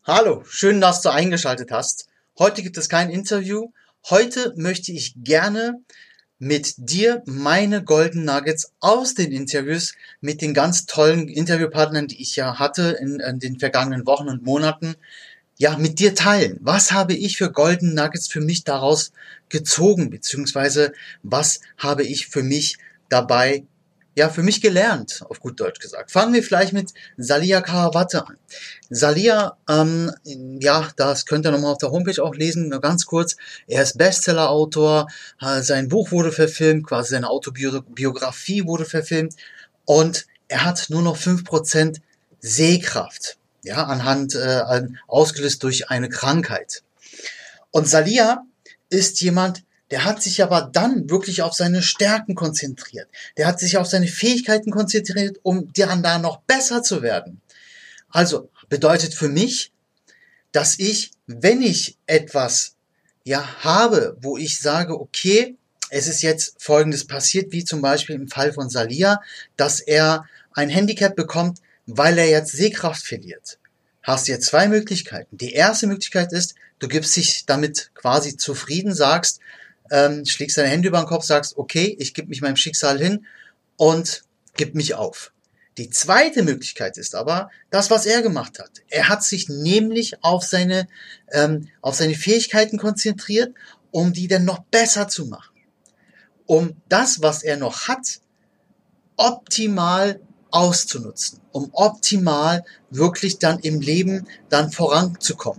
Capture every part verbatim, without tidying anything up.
Hallo, schön, dass du eingeschaltet hast. Heute gibt es kein Interview. Heute möchte ich gerne mit dir meine Golden Nuggets aus den Interviews mit den ganz tollen Interviewpartnern, die ich ja hatte in, in den vergangenen Wochen und Monaten, ja, mit dir teilen. Was habe ich für Golden Nuggets für mich daraus gezogen, beziehungsweise was habe ich für mich dabei, ja, für mich gelernt, auf gut Deutsch gesagt. Fangen wir vielleicht mit Salia Karawatte an. Salia, ähm, ja, das könnt ihr nochmal auf der Homepage auch lesen, nur ganz kurz. Er ist Bestseller-Autor, äh, sein Buch wurde verfilmt, quasi seine Autobiografie wurde verfilmt und er hat nur noch fünf Prozent Sehkraft, ja, anhand, äh, ausgelöst durch eine Krankheit. Und Salia ist jemand, der hat sich aber dann wirklich auf seine Stärken konzentriert. Der hat sich auf seine Fähigkeiten konzentriert, um dann da noch besser zu werden. Also bedeutet für mich, dass ich, wenn ich etwas ja habe, wo ich sage, okay, es ist jetzt Folgendes passiert, wie zum Beispiel im Fall von Salia, dass er ein Handicap bekommt, weil er jetzt Sehkraft verliert. Hast du jetzt zwei Möglichkeiten. Die erste Möglichkeit ist, du gibst dich damit quasi zufrieden, sagst, ähm, schlägst deine Hände über den Kopf, sagst, okay, ich gebe mich meinem Schicksal hin und gib mich auf. Die zweite Möglichkeit ist aber das, was er gemacht hat. Er hat sich nämlich auf seine, ähm, auf seine Fähigkeiten konzentriert, um die dann noch besser zu machen. Um das, was er noch hat, optimal auszunutzen, um optimal wirklich dann im Leben dann voranzukommen.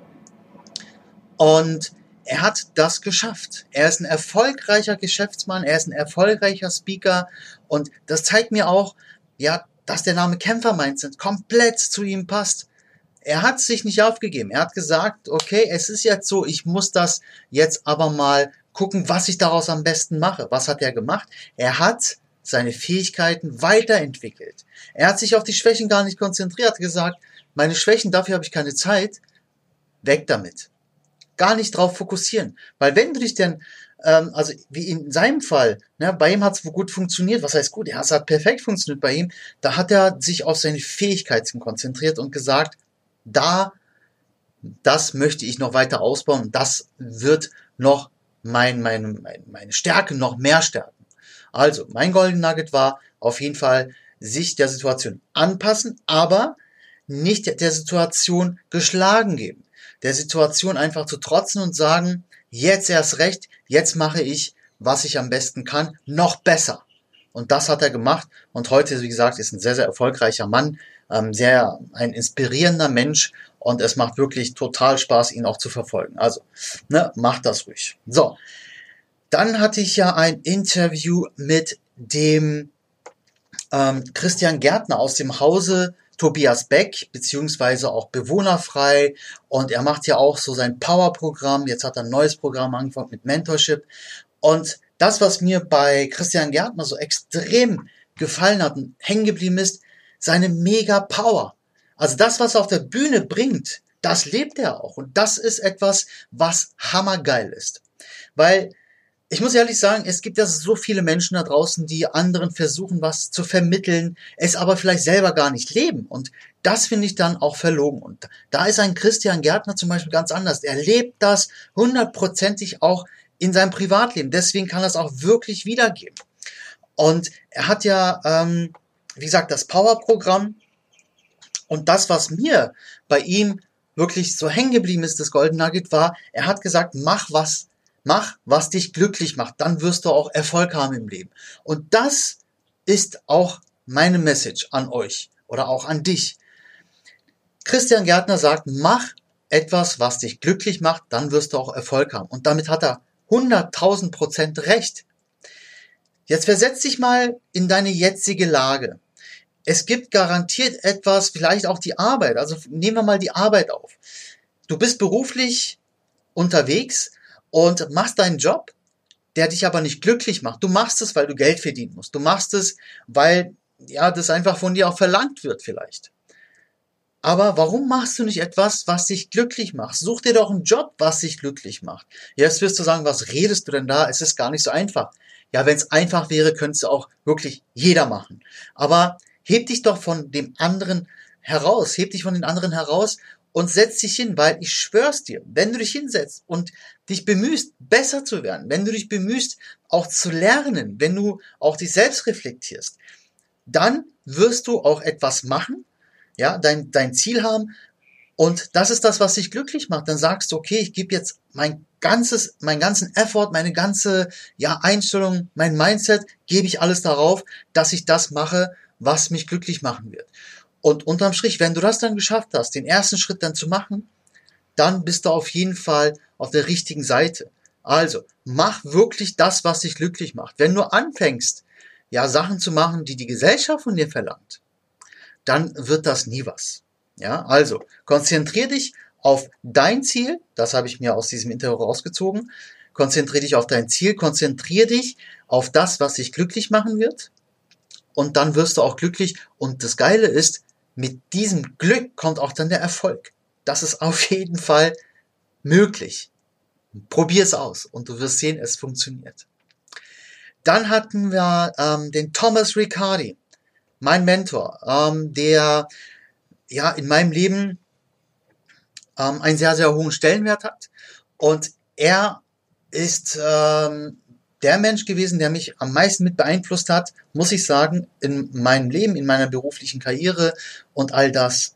Und er hat das geschafft. Er ist ein erfolgreicher Geschäftsmann, er ist ein erfolgreicher Speaker und das zeigt mir auch, ja, dass der Name Kämpfer-Mindset komplett zu ihm passt. Er hat sich nicht aufgegeben. Er hat gesagt, okay, es ist jetzt so, ich muss das jetzt aber mal gucken, was ich daraus am besten mache. Was hat er gemacht? Er hat seine Fähigkeiten weiterentwickelt. Er hat sich auf die Schwächen gar nicht konzentriert, hat gesagt, meine Schwächen, dafür habe ich keine Zeit, weg damit. Gar nicht drauf fokussieren. Weil wenn du dich denn, ähm, also wie in seinem Fall, ne, bei ihm hat es gut funktioniert, was heißt gut, ja, es hat perfekt funktioniert bei ihm, da hat er sich auf seine Fähigkeiten konzentriert und gesagt, da, das möchte ich noch weiter ausbauen, das wird noch mein, mein, mein, meine Stärke noch mehr stärken. Also, mein Golden Nugget war auf jeden Fall, sich der Situation anpassen, aber nicht der Situation geschlagen geben. Der Situation einfach zu trotzen und sagen, jetzt erst recht, jetzt mache ich, was ich am besten kann, noch besser. Und das hat er gemacht und heute, wie gesagt, ist ein sehr, sehr erfolgreicher Mann, ähm, sehr ein inspirierender Mensch und es macht wirklich total Spaß, ihn auch zu verfolgen. Also, ne, macht das ruhig. So, dann hatte ich ja ein Interview mit dem ähm, Christian Gärtner aus dem Hause Tobias Beck, beziehungsweise auch bewohnerfrei und er macht ja auch so sein Power-Programm, jetzt hat er ein neues Programm angefangen mit Mentorship und das, was mir bei Christian Gärtner so extrem gefallen hat und hängen geblieben ist, seine Mega-Power. Also das, was er auf der Bühne bringt, das lebt er auch und das ist etwas, was hammergeil ist, weil ich muss ehrlich sagen, es gibt ja so viele Menschen da draußen, die anderen versuchen, was zu vermitteln, es aber vielleicht selber gar nicht leben. Und das finde ich dann auch verlogen. Und da ist ein Christian Gärtner zum Beispiel ganz anders. Er lebt das hundertprozentig auch in seinem Privatleben. Deswegen kann er es auch wirklich wiedergeben. Und er hat ja, ähm, wie gesagt, das Power-Programm. Und das, was mir bei ihm wirklich so hängen geblieben ist, das Golden Nugget war, er hat gesagt, mach was Mach, was dich glücklich macht, dann wirst du auch Erfolg haben im Leben. Und das ist auch meine Message an euch oder auch an dich. Christian Gärtner sagt, mach etwas, was dich glücklich macht, dann wirst du auch Erfolg haben. Und damit hat er hunderttausend Prozent recht. Jetzt versetz dich mal in deine jetzige Lage. Es gibt garantiert etwas, vielleicht auch die Arbeit. Also nehmen wir mal die Arbeit auf. Du bist beruflich unterwegs und machst deinen Job, der dich aber nicht glücklich macht. Du machst es, weil du Geld verdienen musst. Du machst es, weil ja das einfach von dir auch verlangt wird vielleicht. Aber warum machst du nicht etwas, was dich glücklich macht? Such dir doch einen Job, was dich glücklich macht. Jetzt wirst du sagen, was redest du denn da? Es ist gar nicht so einfach. Ja, wenn es einfach wäre, könnte es auch wirklich jeder machen. Aber heb dich doch von dem anderen heraus, heb dich von den anderen heraus und setz dich hin, weil ich schwör's dir, wenn du dich hinsetzt und dich bemühst, besser zu werden, wenn du dich bemühst, auch zu lernen, wenn du auch dich selbst reflektierst, dann wirst du auch etwas machen, ja, dein, dein Ziel haben, und das ist das, was dich glücklich macht. Dann sagst du, okay, ich gebe jetzt mein ganzes, meinen ganzen Effort, meine ganze, ja, Einstellung, mein Mindset, gebe ich alles darauf, dass ich das mache, was mich glücklich machen wird. Und unterm Strich, wenn du das dann geschafft hast, den ersten Schritt dann zu machen, dann bist du auf jeden Fall auf der richtigen Seite. Also, mach wirklich das, was dich glücklich macht. Wenn du anfängst, ja, Sachen zu machen, die die Gesellschaft von dir verlangt, dann wird das nie was. Ja, also, konzentrier dich auf dein Ziel. Das habe ich mir aus diesem Interview rausgezogen. Konzentrier dich auf dein Ziel. Konzentrier dich auf das, was dich glücklich machen wird. Und dann wirst du auch glücklich. Und das Geile ist, mit diesem Glück kommt auch dann der Erfolg. Das ist auf jeden Fall möglich. Probier es aus und du wirst sehen, es funktioniert. Dann hatten wir ähm, den Thomas Riccardi, mein Mentor, ähm, der ja in meinem Leben ähm, einen sehr, sehr hohen Stellenwert hat. Und er ist ähm, der Mensch gewesen, der mich am meisten mit beeinflusst hat, muss ich sagen, in meinem Leben, in meiner beruflichen Karriere und all das.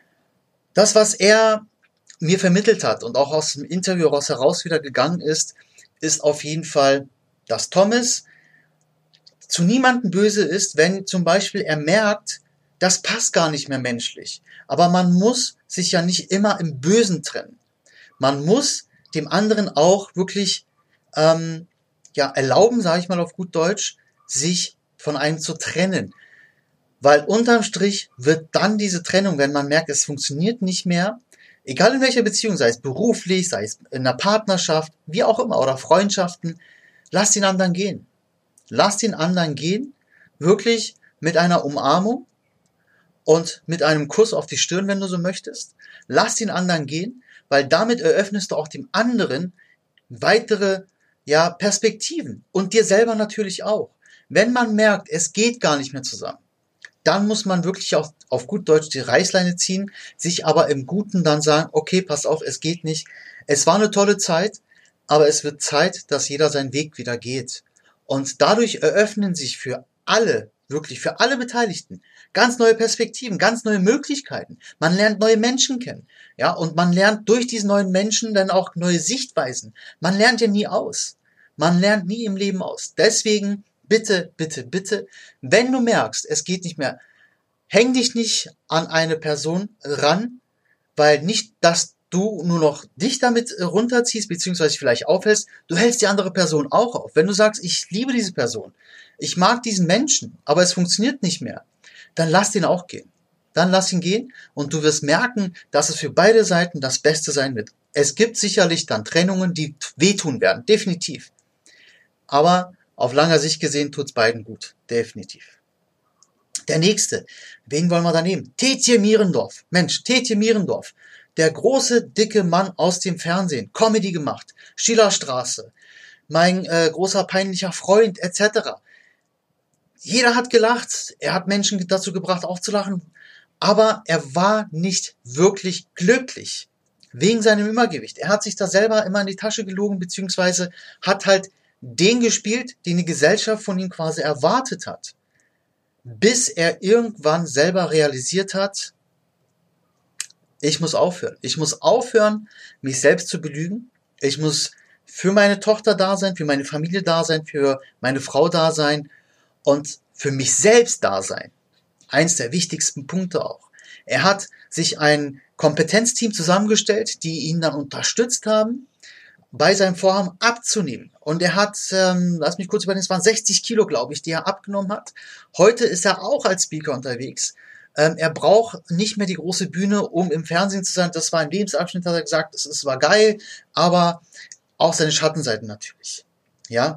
Das, was er mir vermittelt hat und auch aus dem Interview raus heraus wieder gegangen ist, ist auf jeden Fall, dass Thomas zu niemandem böse ist, wenn zum Beispiel er merkt, das passt gar nicht mehr menschlich. Aber man muss sich ja nicht immer im Bösen trennen. Man muss dem anderen auch wirklich ähm, ja, erlauben, sage ich mal auf gut Deutsch, sich von einem zu trennen. Weil unterm Strich wird dann diese Trennung, wenn man merkt, es funktioniert nicht mehr, egal in welcher Beziehung, sei es beruflich, sei es in einer Partnerschaft, wie auch immer, oder Freundschaften, lass den anderen gehen. Lass den anderen gehen, wirklich mit einer Umarmung und mit einem Kuss auf die Stirn, wenn du so möchtest. Lass den anderen gehen, weil damit eröffnest du auch dem anderen weitere ja, Perspektiven und dir selber natürlich auch. Wenn man merkt, es geht gar nicht mehr zusammen, dann muss man wirklich auf, auf gut Deutsch die Reißleine ziehen, sich aber im Guten dann sagen, okay, pass auf, es geht nicht. Es war eine tolle Zeit, aber es wird Zeit, dass jeder seinen Weg wieder geht. Und dadurch eröffnen sich für alle, wirklich für alle Beteiligten, ganz neue Perspektiven, ganz neue Möglichkeiten. Man lernt neue Menschen kennen. Ja, und man lernt durch diese neuen Menschen dann auch neue Sichtweisen. Man lernt ja nie aus. Man lernt nie im Leben aus. Deswegen bitte, bitte, bitte, wenn du merkst, es geht nicht mehr, häng dich nicht an eine Person ran, weil nicht, dass du nur noch dich damit runterziehst, beziehungsweise vielleicht aufhältst, du hältst die andere Person auch auf. Wenn du sagst, ich liebe diese Person, ich mag diesen Menschen, aber es funktioniert nicht mehr, dann lass den auch gehen. Dann lass ihn gehen und du wirst merken, dass es für beide Seiten das Beste sein wird. Es gibt sicherlich dann Trennungen, die wehtun werden, definitiv. Aber auf langer Sicht gesehen tut's beiden gut, definitiv. Der nächste, wen wollen wir da nehmen? Tietje Mierendorf. Mensch, Tietje Mierendorf. Der große, dicke Mann aus dem Fernsehen. Comedy gemacht. Schillerstraße. Mein äh, großer, peinlicher Freund, et cetera. Jeder hat gelacht. Er hat Menschen dazu gebracht, auch zu lachen. Aber er war nicht wirklich glücklich. Wegen seinem Übergewicht. Er hat sich da selber immer in die Tasche gelogen, beziehungsweise hat halt den gespielt, den die Gesellschaft von ihm quasi erwartet hat. Bis er irgendwann selber realisiert hat, ich muss aufhören. Ich muss aufhören, mich selbst zu belügen. Ich muss für meine Tochter da sein, für meine Familie da sein, für meine Frau da sein und für mich selbst da sein. Eins der wichtigsten Punkte auch. Er hat sich ein Kompetenzteam zusammengestellt, die ihn dann unterstützt haben, bei seinem Vorhaben abzunehmen. Und er hat, ähm, lass mich kurz überlegen, es waren sechzig Kilo, glaube ich, die er abgenommen hat. Heute ist er auch als Speaker unterwegs. Ähm, er braucht nicht mehr die große Bühne, um im Fernsehen zu sein. Das war ein Lebensabschnitt, hat er gesagt. Es, es war geil, aber auch seine Schattenseiten natürlich. Ja.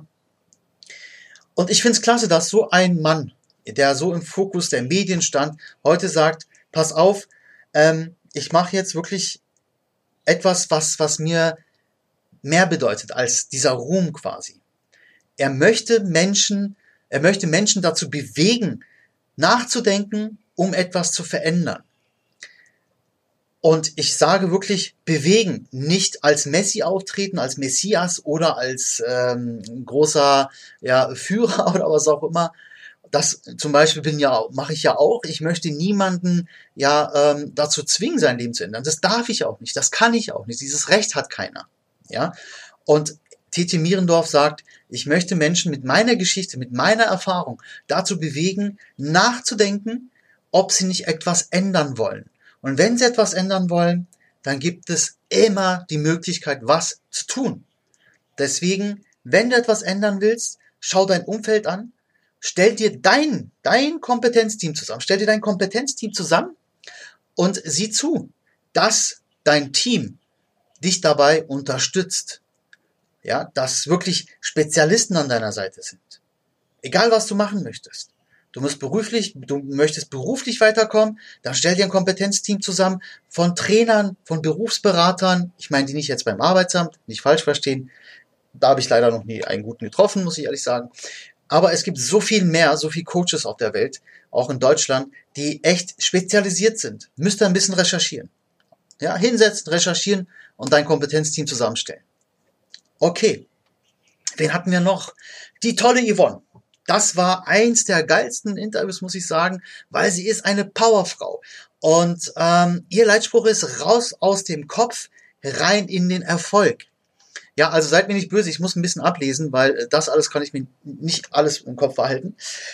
Und ich finde es klasse, dass so ein Mann, der so im Fokus der Medien stand, heute sagt, pass auf, ähm, ich mache jetzt wirklich etwas, was, was mir mehr bedeutet als dieser Ruhm quasi. Er möchte Menschen, er möchte Menschen dazu bewegen, nachzudenken, um etwas zu verändern. Und ich sage wirklich bewegen, nicht als Messi auftreten, als Messias oder als ähm, großer ja, Führer oder was auch immer. Das zum Beispiel bin ja, mache ich ja auch. Ich möchte niemanden ja ähm, dazu zwingen, sein Leben zu ändern. Das darf ich auch nicht. Das kann ich auch nicht. Dieses Recht hat keiner. Ja. Und Tete Mierendorf sagt, ich möchte Menschen mit meiner Geschichte, mit meiner Erfahrung dazu bewegen, nachzudenken, ob sie nicht etwas ändern wollen. Und wenn sie etwas ändern wollen, dann gibt es immer die Möglichkeit, was zu tun. Deswegen, wenn du etwas ändern willst, schau dein Umfeld an, stell dir dein, dein Kompetenzteam zusammen, stell dir dein Kompetenzteam zusammen und sieh zu, dass dein Team dich dabei unterstützt. Ja, dass wirklich Spezialisten an deiner Seite sind. Egal, was du machen möchtest. Du musst beruflich, du möchtest beruflich weiterkommen, dann stell dir ein Kompetenzteam zusammen von Trainern, von Berufsberatern. Ich meine die nicht jetzt beim Arbeitsamt, nicht falsch verstehen. Da habe ich leider noch nie einen guten getroffen, muss ich ehrlich sagen. Aber es gibt so viel mehr, so viel Coaches auf der Welt, auch in Deutschland, die echt spezialisiert sind. Müsst ihr ein bisschen recherchieren. Ja, hinsetzen, recherchieren und dein Kompetenzteam zusammenstellen. Okay, wen hatten wir noch? Die tolle Yvonne. Das war eins der geilsten Interviews, muss ich sagen, weil sie ist eine Powerfrau. Und ähm, ihr Leitspruch ist raus aus dem Kopf, rein in den Erfolg. Ja, also seid mir nicht böse, ich muss ein bisschen ablesen, weil das alles kann ich mir nicht alles im Kopf behalten.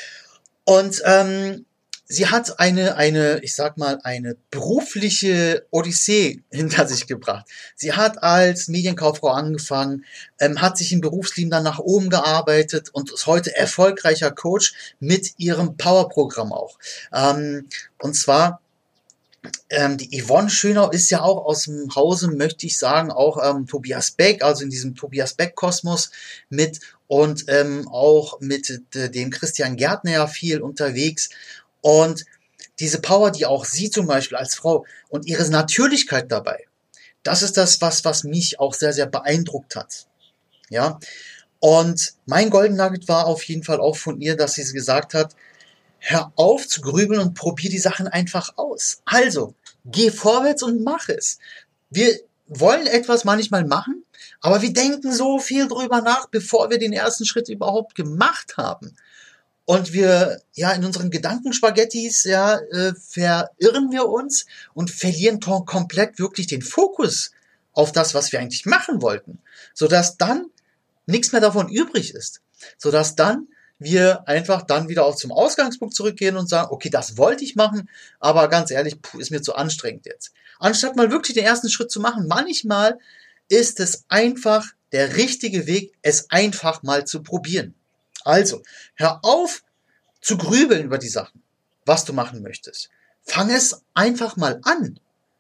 Und ähm, sie hat eine, eine, ich sag mal, eine berufliche Odyssee hinter sich gebracht. Sie hat als Medienkauffrau angefangen, ähm, hat sich im Berufsleben dann nach oben gearbeitet und ist heute erfolgreicher Coach mit ihrem Power-Programm auch. Ähm, und zwar, ähm, die Yvonne Schönau ist ja auch aus dem Hause, möchte ich sagen, auch ähm, Tobias Beck, also in diesem Tobias Beck-Kosmos mit und ähm, auch mit äh, dem Christian Gärtner ja viel unterwegs. Und diese Power, die auch sie zum Beispiel als Frau und ihre Natürlichkeit dabei, das ist das, was, was mich auch sehr, sehr beeindruckt hat. Ja. Und mein Golden Nugget war auf jeden Fall auch von ihr, dass sie gesagt hat, hör auf zu grübeln und probier die Sachen einfach aus. Also, geh vorwärts und mach es. Wir wollen etwas manchmal machen, aber wir denken so viel drüber nach, bevor wir den ersten Schritt überhaupt gemacht haben. Und wir, ja, in unseren Gedankenspaghettis, ja, äh, verirren wir uns und verlieren to- komplett wirklich den Fokus auf das, was wir eigentlich machen wollten. Sodass dann nichts mehr davon übrig ist. Sodass dann wir einfach dann wieder auch zum Ausgangspunkt zurückgehen und sagen, okay, das wollte ich machen, aber ganz ehrlich, puh, ist mir zu anstrengend jetzt. Anstatt mal wirklich den ersten Schritt zu machen, manchmal ist es einfach der richtige Weg, es einfach mal zu probieren. Also, hör auf zu grübeln über die Sachen, was du machen möchtest. Fang es einfach mal an.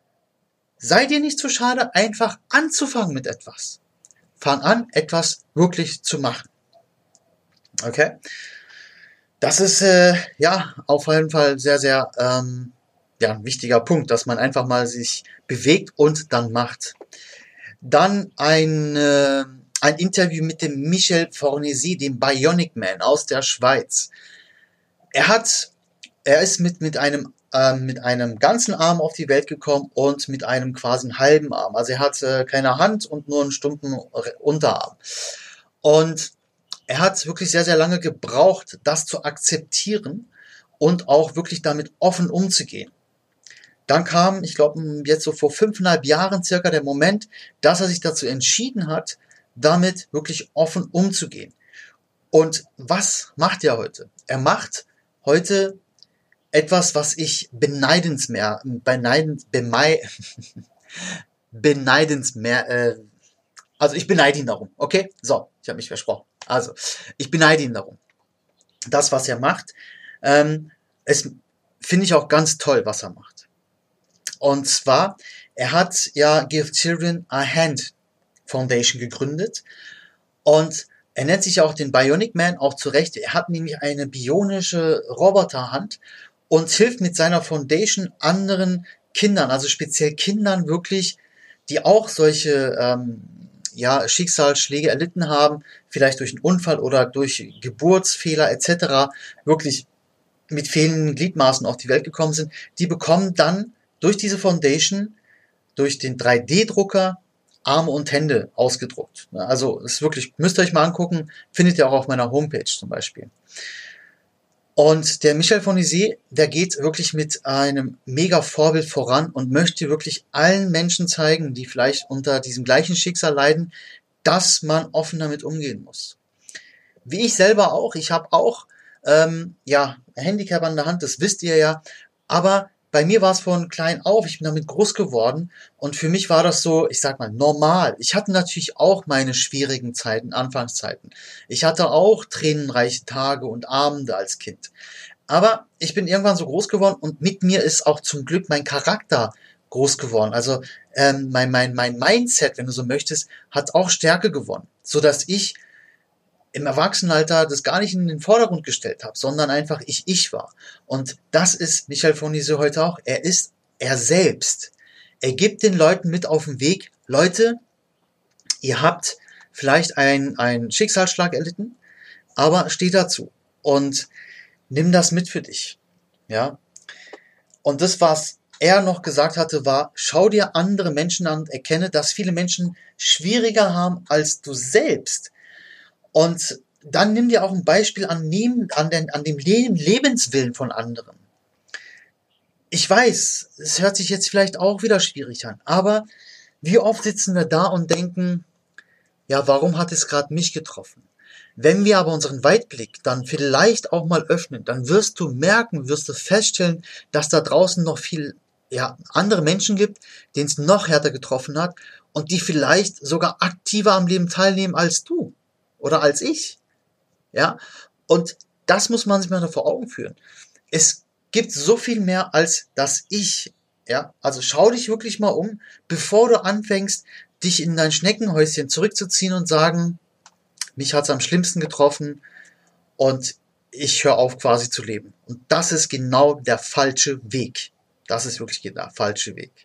Sei dir nicht zu schade, einfach anzufangen mit etwas. Fang an, etwas wirklich zu machen. Okay? Das ist äh, ja auf jeden Fall sehr, sehr ähm, ja, ein wichtiger Punkt, dass man einfach mal sich bewegt und dann macht. Dann ein äh, ein Interview mit dem Michel Fornesi, dem Bionic Man aus der Schweiz. Er hat, er ist mit, mit einem, äh, mit einem ganzen Arm auf die Welt gekommen und mit einem quasi halben Arm. Also er hat äh, keine Hand und nur einen stumpfen Unterarm. Und er hat wirklich sehr, sehr lange gebraucht, das zu akzeptieren und auch wirklich damit offen umzugehen. Dann kam, ich glaube, jetzt so vor fünfeinhalb Jahren circa der Moment, dass er sich dazu entschieden hat, damit wirklich offen umzugehen. Und was macht er heute? Er macht heute etwas, was ich beneidenswert, beneidens, bemei, beneidenswert, äh, also ich beneide ihn darum, okay? So, ich habe mich versprochen. Also, ich beneide ihn darum. Das, was er macht, ähm, es finde ich auch ganz toll, was er macht. Und zwar, er hat ja Give Children a Hand Foundation gegründet und er nennt sich auch den Bionic Man, auch zu Recht. Er hat nämlich eine bionische Roboterhand und hilft mit seiner Foundation anderen Kindern, also speziell Kindern wirklich, die auch solche ähm, ja, Schicksalsschläge erlitten haben, vielleicht durch einen Unfall oder durch Geburtsfehler et cetera, wirklich mit fehlenden Gliedmaßen auf die Welt gekommen sind. Die bekommen dann durch diese Foundation durch den drei D-Drucker Arme und Hände ausgedruckt. Also ist wirklich, müsst ihr euch mal angucken, findet ihr auch auf meiner Homepage zum Beispiel. Und der Michel Fournissier, der geht wirklich mit einem mega Vorbild voran und möchte wirklich allen Menschen zeigen, die vielleicht unter diesem gleichen Schicksal leiden, dass man offen damit umgehen muss. Wie ich selber auch, ich habe auch ähm, ja Handicap an der Hand, das wisst ihr ja, aber bei mir war es von klein auf, ich bin damit groß geworden und für mich war das so, ich sag mal, normal. Ich hatte natürlich auch meine schwierigen Zeiten, Anfangszeiten. Ich hatte auch tränenreiche Tage und Abende als Kind. Aber ich bin irgendwann so groß geworden und mit mir ist auch zum Glück mein Charakter groß geworden. Also ähm, mein, mein, mein Mindset, wenn du so möchtest, hat auch Stärke gewonnen, sodass ich im Erwachsenenalter das gar nicht in den Vordergrund gestellt habe, sondern einfach ich ich war. Und das ist Michel Fournissier heute auch. Er ist er selbst. Er gibt den Leuten mit auf den Weg, Leute, ihr habt vielleicht einen, einen Schicksalsschlag erlitten, aber steh dazu und nimm das mit für dich. Ja. Und das, was er noch gesagt hatte, war, schau dir andere Menschen an und erkenne, dass viele Menschen schwieriger haben als du selbst. Und dann nimm dir auch ein Beispiel an, an, den, an dem Lebenswillen von anderen. Ich weiß, es hört sich jetzt vielleicht auch wieder schwierig an, aber wie oft sitzen wir da und denken, ja, warum hat es gerade mich getroffen? Wenn wir aber unseren Weitblick dann vielleicht auch mal öffnen, dann wirst du merken, wirst du feststellen, dass da draußen noch viel ja, andere Menschen gibt, denen es noch härter getroffen hat und die vielleicht sogar aktiver am Leben teilnehmen als du. Oder als ich, ja, und das muss man sich mal vor Augen führen. Es gibt so viel mehr als das Ich, ja, also schau dich wirklich mal um, bevor du anfängst, dich in dein Schneckenhäuschen zurückzuziehen und sagen, mich hat's am schlimmsten getroffen und ich höre auf quasi zu leben. Und das ist genau der falsche Weg. Das ist wirklich der falsche Weg.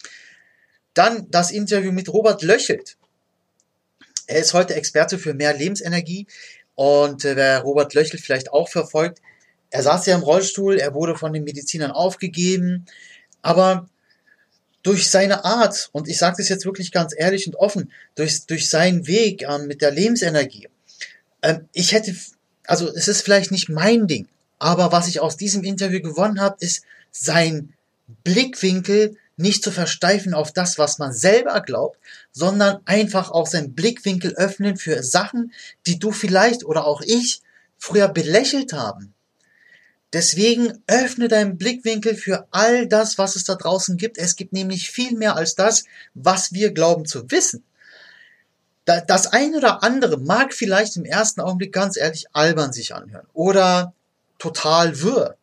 Dann das Interview mit Robert Löchelt. Er ist heute Experte für mehr Lebensenergie und äh, wer Robert Löchelt vielleicht auch verfolgt, er saß ja im Rollstuhl, er wurde von den Medizinern aufgegeben, aber durch seine Art, und ich sage das jetzt wirklich ganz ehrlich und offen, durch, durch seinen Weg ähm, mit der Lebensenergie, ähm, ich hätte, also es ist vielleicht nicht mein Ding, aber was ich aus diesem Interview gewonnen habe, ist sein Blickwinkel nicht zu versteifen auf das, was man selber glaubt, sondern einfach auch seinen Blickwinkel öffnen für Sachen, die du vielleicht oder auch ich früher belächelt haben. Deswegen öffne deinen Blickwinkel für all das, was es da draußen gibt. Es gibt nämlich viel mehr als das, was wir glauben zu wissen. Das eine oder andere mag vielleicht im ersten Augenblick ganz ehrlich albern sich anhören oder total wirr.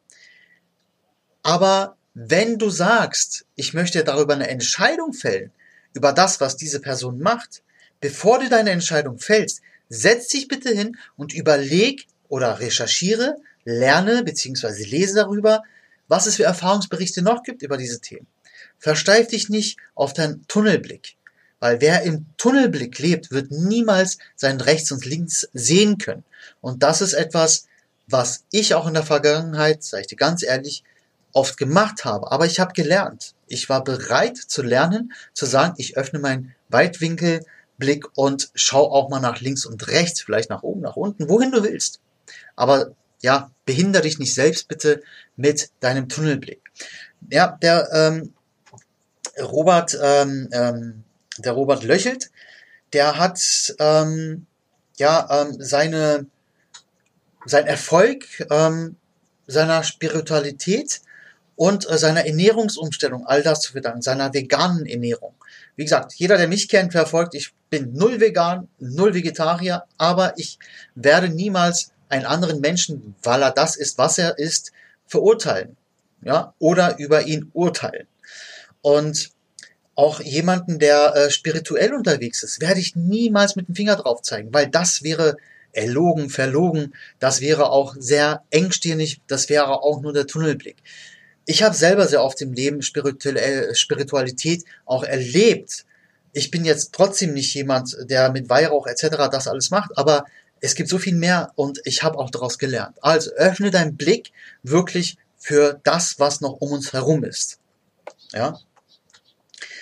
Aber wenn du sagst, ich möchte darüber eine Entscheidung fällen, über das, was diese Person macht, bevor du deine Entscheidung fällst, setz dich bitte hin und überleg oder recherchiere, lerne bzw. lese darüber, was es für Erfahrungsberichte noch gibt über diese Themen. Versteif dich nicht auf deinen Tunnelblick, weil wer im Tunnelblick lebt, wird niemals sein Rechts und Links sehen können. Und das ist etwas, was ich auch in der Vergangenheit, sage ich dir ganz ehrlich, oft gemacht habe, aber ich habe gelernt. Ich war bereit zu lernen, zu sagen, ich öffne meinen Weitwinkelblick und schau auch mal nach links und rechts, vielleicht nach oben, nach unten, wohin du willst. Aber ja, behindere dich nicht selbst bitte mit deinem Tunnelblick. Ja, der ähm, Robert, ähm, ähm, der Robert Löchelt, der hat ähm, ja ähm, seine sein Erfolg ähm, seiner Spiritualität und äh, seiner Ernährungsumstellung, all das zu verdanken, seiner veganen Ernährung. Wie gesagt, jeder, der mich kennt, verfolgt, ich bin null vegan, null Vegetarier, aber ich werde niemals einen anderen Menschen, weil er das ist, was er ist, verurteilen, ja, oder über ihn urteilen. Und auch jemanden, der äh, spirituell unterwegs ist, werde ich niemals mit dem Finger drauf zeigen, weil das wäre erlogen, verlogen, das wäre auch sehr engstirnig, das wäre auch nur der Tunnelblick. Ich habe selber sehr oft im Leben Spiritualität auch erlebt. Ich bin jetzt trotzdem nicht jemand, der mit Weihrauch et cetera das alles macht, aber es gibt so viel mehr und ich habe auch daraus gelernt. Also öffne deinen Blick wirklich für das, was noch um uns herum ist. Ja.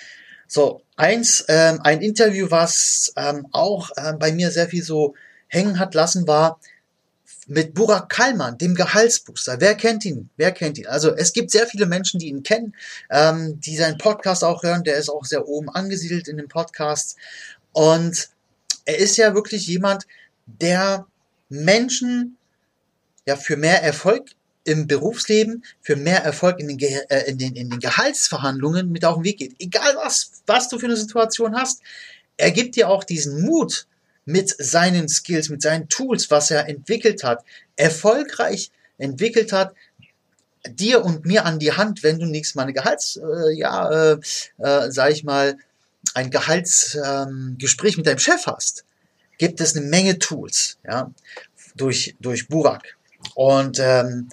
So, eins, ähm, ein Interview, was ähm, auch ähm, bei mir sehr viel so hängen hat lassen, war mit Burak Kallmann, dem Gehaltsbooster. Wer kennt ihn? Wer kennt ihn? Also es gibt sehr viele Menschen, die ihn kennen, ähm, die seinen Podcast auch hören. Der ist auch sehr oben angesiedelt in den Podcasts. Und er ist ja wirklich jemand, der Menschen ja für mehr Erfolg im Berufsleben, für mehr Erfolg in den, Ge äh, in den, in den Gehaltsverhandlungen mit auf den Weg geht. Egal was, was du für eine Situation hast, er gibt dir auch diesen Mut mit seinen Skills, mit seinen Tools, was er entwickelt hat, erfolgreich entwickelt hat, dir und mir an die Hand, wenn du nächstes Mal eine Gehalts, äh, ja, äh, äh, sag ich mal, ein Gehaltsgespräch ähm, mit deinem Chef hast, gibt es eine Menge Tools, ja, durch, durch Burak. Und ähm,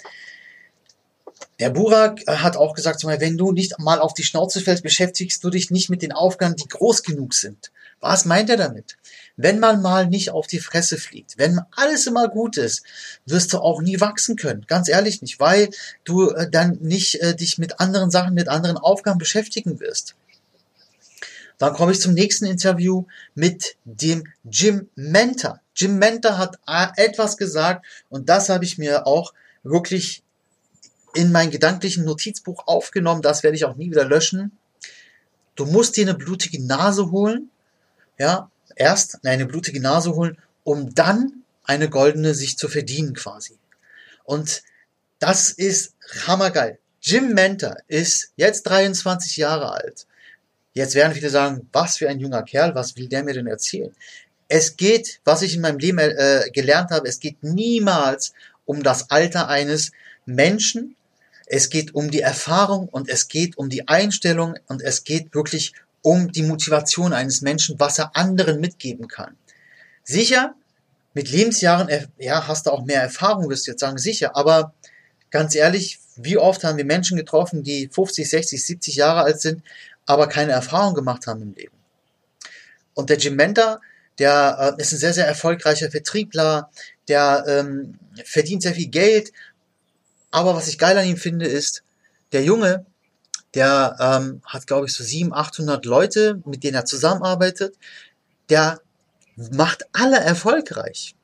der Burak hat auch gesagt, wenn du nicht mal auf die Schnauze fällst, beschäftigst du dich nicht mit den Aufgaben, die groß genug sind. Was meint er damit? Wenn man mal nicht auf die Fresse fliegt, wenn alles immer gut ist, wirst du auch nie wachsen können. Ganz ehrlich nicht, weil du äh, dann nicht äh, dich mit anderen Sachen, mit anderen Aufgaben beschäftigen wirst. Dann komme ich zum nächsten Interview mit dem Jim Mentor. Jim Mentor hat etwas gesagt und das habe ich mir auch wirklich in mein gedanklichen Notizbuch aufgenommen. Das werde ich auch nie wieder löschen. Du musst dir eine blutige Nase holen, ja, erst eine blutige Nase holen, um dann eine goldene sich zu verdienen quasi. Und das ist hammergeil. Jim Mentor ist jetzt dreiundzwanzig Jahre alt. Jetzt werden viele sagen, was für ein junger Kerl, was will der mir denn erzählen? Es geht, was ich in meinem Leben äh, gelernt habe, es geht niemals um das Alter eines Menschen. Es geht um die Erfahrung und es geht um die Einstellung und es geht wirklich um die Motivation eines Menschen, was er anderen mitgeben kann. Sicher, mit Lebensjahren, ja, hast du auch mehr Erfahrung, wirst du jetzt sagen, sicher, aber ganz ehrlich, wie oft haben wir Menschen getroffen, die fünfzig, sechzig, siebzig Jahre alt sind, aber keine Erfahrung gemacht haben im Leben. Und der Jim Mentor, der äh, ist ein sehr, sehr erfolgreicher Vertriebler, der ähm, verdient sehr viel Geld, aber was ich geil an ihm finde, ist, der Junge, der ähm, hat, glaube ich, so siebenhundert, achthundert Leute, mit denen er zusammenarbeitet, der macht alle erfolgreich.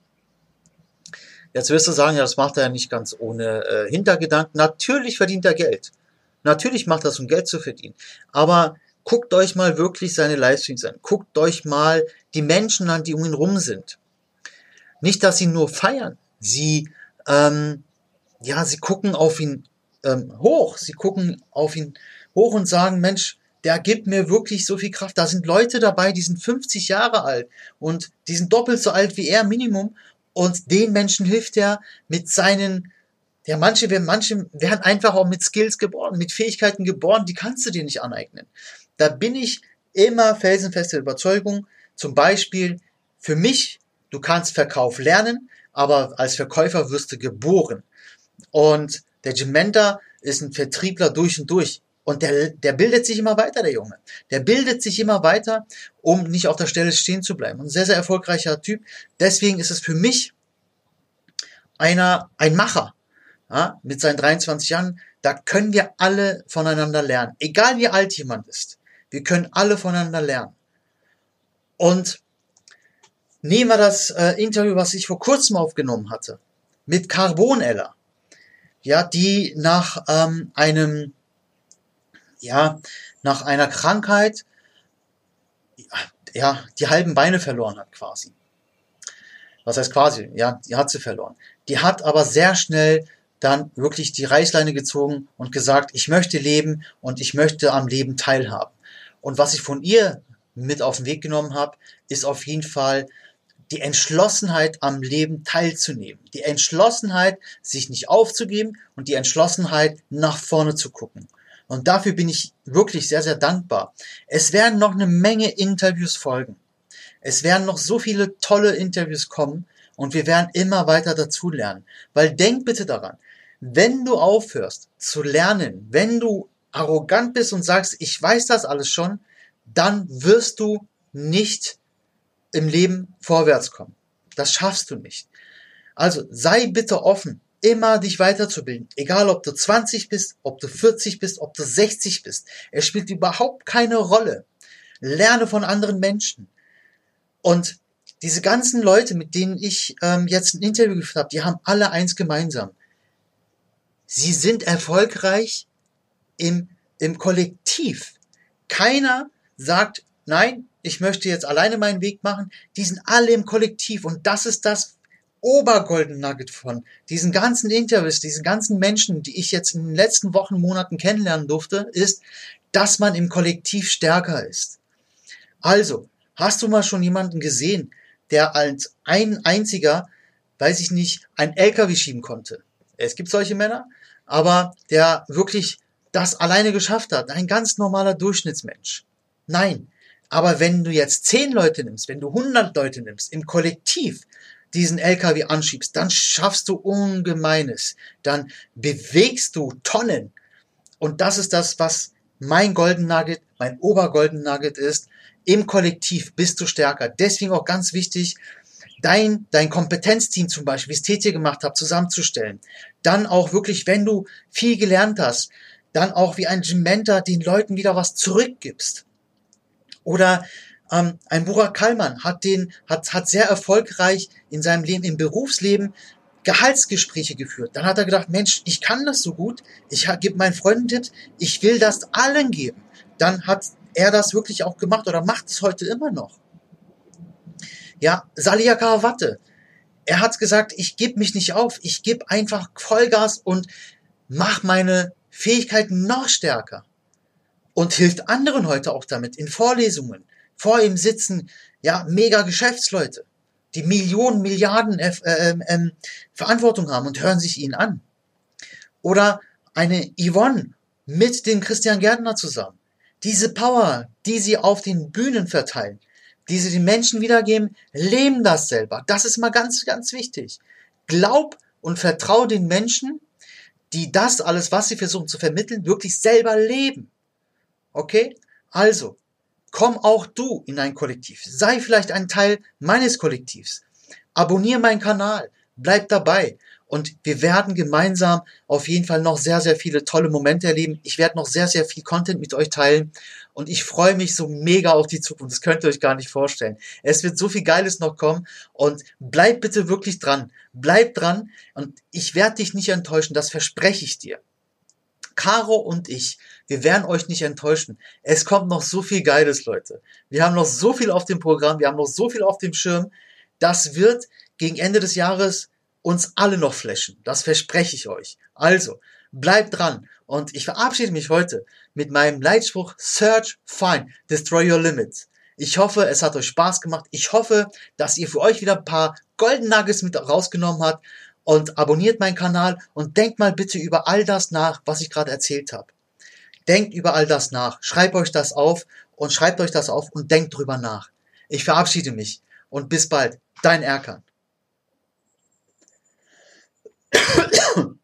Jetzt wirst du sagen, ja, das macht er ja nicht ganz ohne äh, Hintergedanken. Natürlich verdient er Geld. Natürlich macht er es, um Geld zu verdienen. Aber guckt euch mal wirklich seine Livestreams an. Guckt euch mal die Menschen an, die um ihn rum sind. Nicht, dass sie nur feiern. Sie, ähm, ja, sie gucken auf ihn ähm, hoch. Sie gucken auf ihn hoch und sagen, Mensch, der gibt mir wirklich so viel Kraft. Da sind Leute dabei, die sind fünfzig Jahre alt und die sind doppelt so alt wie er, Minimum. Und den Menschen hilft er mit seinen, ja, manche, manche werden einfach auch mit Skills geboren, mit Fähigkeiten geboren, die kannst du dir nicht aneignen. Da bin ich immer felsenfeste Überzeugung. Zum Beispiel für mich, du kannst Verkauf lernen, aber als Verkäufer wirst du geboren. Und der Jim Mentor ist ein Vertriebler durch und durch. Und der, der bildet sich immer weiter, der Junge. Der bildet sich immer weiter, um nicht auf der Stelle stehen zu bleiben. Ein sehr, sehr erfolgreicher Typ. Deswegen ist es für mich einer, ein Macher. Ja, mit seinen dreiundzwanzig Jahren, da können wir alle voneinander lernen. Egal wie alt jemand ist. Wir können alle voneinander lernen. Und nehmen wir das äh, Interview, was ich vor kurzem aufgenommen hatte. Mit Carbon Ella. Ja, die nach ähm, einem, ja, nach einer Krankheit, ja, die halben Beine verloren hat quasi. Was heißt quasi? Ja, die hat sie verloren. Die hat aber sehr schnell dann wirklich die Reißleine gezogen und gesagt, ich möchte leben und ich möchte am Leben teilhaben. Und was ich von ihr mit auf den Weg genommen habe, ist auf jeden Fall die Entschlossenheit, am Leben teilzunehmen. Die Entschlossenheit, sich nicht aufzugeben und die Entschlossenheit, nach vorne zu gucken. Und dafür bin ich wirklich sehr, sehr dankbar. Es werden noch eine Menge Interviews folgen. Es werden noch so viele tolle Interviews kommen und wir werden immer weiter dazulernen. Weil denk bitte daran, wenn du aufhörst zu lernen, wenn du arrogant bist und sagst, ich weiß das alles schon, dann wirst du nicht im Leben vorwärts kommen. Das schaffst du nicht. Also sei bitte offen, immer dich weiterzubilden. Egal, ob du zwanzig bist, ob du vierzig bist, ob du sechzig bist. Es spielt überhaupt keine Rolle. Lerne von anderen Menschen. Und diese ganzen Leute, mit denen ich ähm, jetzt ein Interview geführt habe, die haben alle eins gemeinsam. Sie sind erfolgreich im, im Kollektiv. Keiner sagt, nein, ich möchte jetzt alleine meinen Weg machen. Die sind alle im Kollektiv. Und das ist das Obergolden Nugget von diesen ganzen Interviews, diesen ganzen Menschen, die ich jetzt in den letzten Wochen, Monaten kennenlernen durfte, ist, dass man im Kollektiv stärker ist. Also, hast du mal schon jemanden gesehen, der als ein einziger, weiß ich nicht, ein L K W schieben konnte? Es gibt solche Männer, aber der wirklich das alleine geschafft hat. Ein ganz normaler Durchschnittsmensch. Nein, aber wenn du jetzt zehn Leute nimmst, wenn du hundert Leute nimmst, im Kollektiv diesen L K W anschiebst, dann schaffst du Ungemeines. Dann bewegst du Tonnen. Und das ist das, was mein Golden Nugget, mein Obergolden Nugget ist. Im Kollektiv bist du stärker. Deswegen auch ganz wichtig, dein, dein Kompetenzteam zum Beispiel, wie ich es T T gemacht habe, zusammenzustellen. Dann auch wirklich, wenn du viel gelernt hast, dann auch wie ein Gym Mentor den Leuten wieder was zurückgibst. Oder ähm, ein Burak Kallmann hat den, hat, hat sehr erfolgreich in seinem Leben, im Berufsleben, Gehaltsgespräche geführt. Dann hat er gedacht, Mensch, ich kann das so gut, ich gebe meinen Freunden Tipps, ich will das allen geben. Dann hat er das wirklich auch gemacht oder macht es heute immer noch. Ja, Salia Karawatte, er hat gesagt, ich gebe mich nicht auf, ich gebe einfach Vollgas und mache meine Fähigkeiten noch stärker. Und hilft anderen heute auch damit, in Vorlesungen. Vor ihm sitzen, ja, mega Geschäftsleute, die Millionen, Milliarden äh, äh, äh, Verantwortung haben und hören sich ihn an. Oder eine Yvonne mit dem Christian Gärtner zusammen. Diese Power, die sie auf den Bühnen verteilen, die sie den Menschen wiedergeben, leben das selber. Das ist mal ganz, ganz wichtig. Glaub und vertrau den Menschen, die das alles, was sie versuchen zu vermitteln, wirklich selber leben. Okay? Also, komm auch du in ein Kollektiv. Sei vielleicht ein Teil meines Kollektivs. Abonniere meinen Kanal. Bleib dabei. Und wir werden gemeinsam auf jeden Fall noch sehr, sehr viele tolle Momente erleben. Ich werde noch sehr, sehr viel Content mit euch teilen. Und ich freue mich so mega auf die Zukunft. Das könnt ihr euch gar nicht vorstellen. Es wird so viel Geiles noch kommen. Und bleib bitte wirklich dran. Bleib dran. Und ich werde dich nicht enttäuschen. Das verspreche ich dir. Caro und ich, wir werden euch nicht enttäuschen. Es kommt noch so viel Geiles, Leute. Wir haben noch so viel auf dem Programm, wir haben noch so viel auf dem Schirm. Das wird gegen Ende des Jahres uns alle noch flashen. Das verspreche ich euch. Also, bleibt dran. Und ich verabschiede mich heute mit meinem Leitspruch Search, Find, Destroy Your Limits. Ich hoffe, es hat euch Spaß gemacht. Ich hoffe, dass ihr für euch wieder ein paar Golden Nuggets mit rausgenommen habt. Und abonniert meinen Kanal und denkt mal bitte über all das nach, was ich gerade erzählt habe. Denkt über all das nach. Schreibt euch das auf und schreibt euch das auf und denkt drüber nach. Ich verabschiede mich und bis bald. Dein Erkan.